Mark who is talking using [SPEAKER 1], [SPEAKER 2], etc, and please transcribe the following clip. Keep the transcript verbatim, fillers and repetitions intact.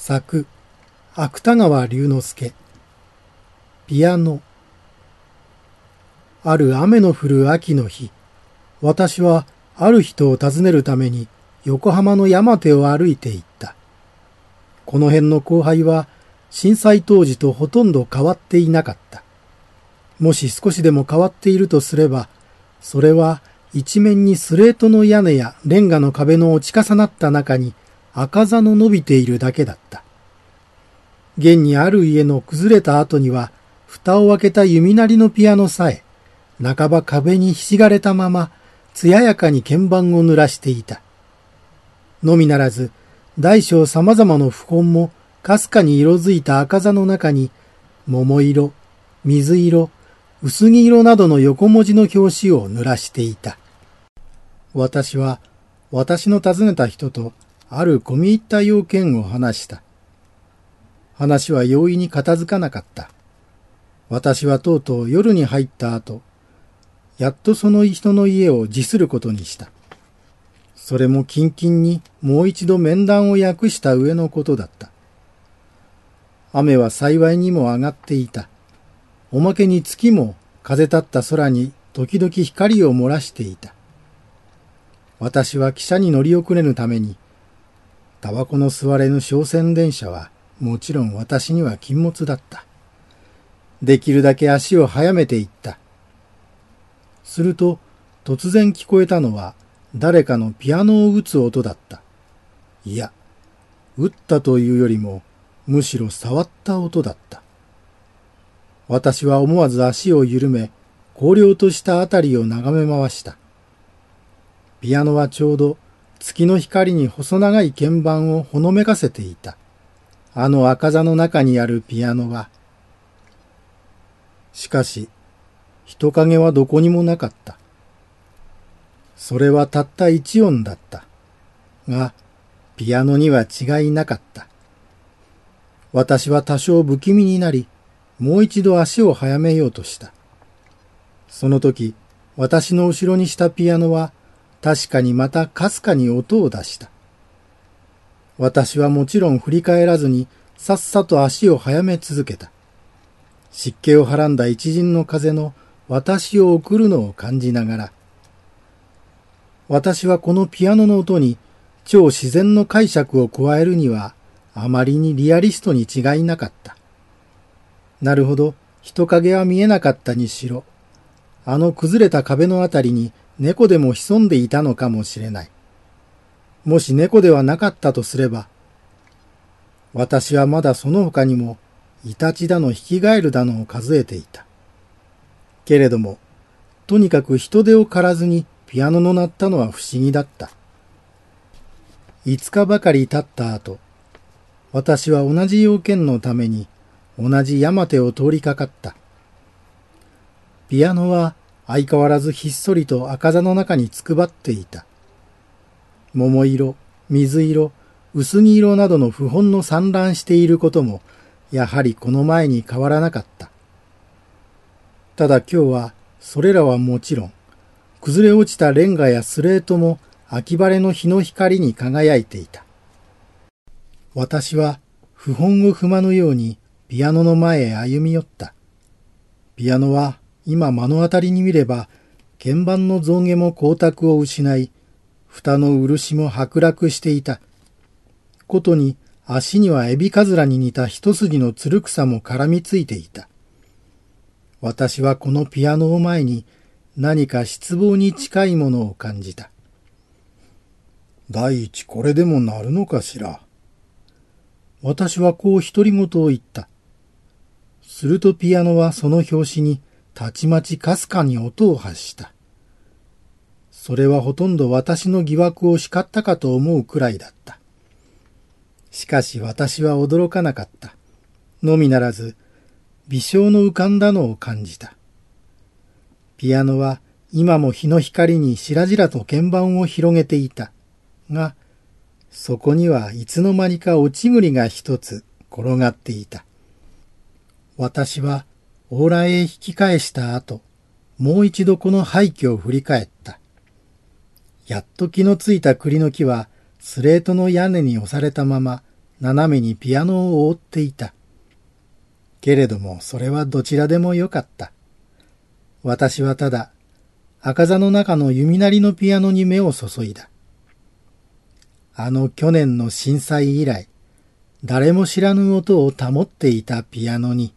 [SPEAKER 1] 作、芥川龍之介。ピアノ。ある雨の降る秋の日、私はある人を訪ねるために横浜の山手を歩いていった。この辺の後輩は震災当時とほとんど変わっていなかった。もし少しでも変わっているとすれば、それは一面にスレートの屋根やレンガの壁の落ち重なった中に赤座の伸びているだけだった。現にある家の崩れた後には、蓋を開けた弓なりのピアノさえ、半ば壁にひしがれたまま、艶やかに鍵盤を濡らしていた。のみならず、大小様々の譜本も、かすかに色づいた赤座の中に、桃色、水色、薄黄色などの横文字の表紙を濡らしていた。私は、私の訪ねた人と、ある込み入った要件を話した。話は容易に片付かなかった。私はとうとう夜に入った後、やっとその人の家を辞することにした。それも近々にもう一度面談を訳した上のことだった。雨は幸いにも上がっていた。おまけに月も風立った空に時々光を漏らしていた。私は汽車に乗り遅れぬために、タバコの吸われぬ商船電車はもちろん私には禁物だった。できるだけ足を速めていった。すると突然聞こえたのは誰かのピアノを打つ音だった。いや、打ったというよりもむしろ触った音だった。私は思わず足を緩め、荒涼としたあたりを眺め回した。ピアノはちょうど月の光に細長い鍵盤をほのめかせていた。あの赤座の中にあるピアノは。しかし、人影はどこにもなかった。それはたった一音だった。が、ピアノには違いなかった。私は多少不気味になり、もう一度足を速めようとした。その時、私の後ろにしたピアノは、確かにまたかすかに音を出した。私はもちろん振り返らずにさっさと足を速め続けた。湿気をはらんだ一陣の風の私を送るのを感じながら、私はこのピアノの音に超自然の解釈を加えるにはあまりにリアリストに違いなかった。なるほど、人影は見えなかったにしろ、あの崩れた壁のあたりに猫でも潜んでいたのかもしれない。もし猫ではなかったとすれば、私はまだその他にもイタチだのヒキガエルだのを数えていた。けれども、とにかく人手を借らずにピアノの鳴ったのは不思議だった。五日ばかり経った後、私は同じ用件のために同じ山手を通りかかった。ピアノは相変わらずひっそりと赤座の中につくばっていた。桃色、水色、薄黄色などの譜本の散乱していることも、やはりこの前に変わらなかった。ただ今日は、それらはもちろん、崩れ落ちたレンガやスレートも秋晴れの日の光に輝いていた。私は、譜本を踏まぬようにピアノの前へ歩み寄った。ピアノは今目の当たりに見れば、鍵盤の象牙も光沢を失い、蓋の漆も剥落していた。ことに足にはエビカズラに似た一筋のつる草も絡みついていた。私はこのピアノを前に何か失望に近いものを感じた。第一これでも鳴るのかしら。私はこう独り言を言った。するとピアノはその拍子にたちまちかすかに音を発した。それはほとんど私の疑惑を叱ったかと思うくらいだった。しかし私は驚かなかった。のみならず、微笑の浮かんだのを感じた。ピアノは今も日の光にしらじらと鍵盤を広げていた。が、そこにはいつの間にか落ち栗が一つ転がっていた。私は往来へ引き返した後、もう一度この廃墟を振り返った。やっと気のついた栗の木はスレートの屋根に押されたまま斜めにピアノを覆っていた。けれどもそれはどちらでもよかった。私はただ赤座の中の弓なりのピアノに目を注いだ。あの去年の震災以来、誰も知らぬ音を保っていたピアノに、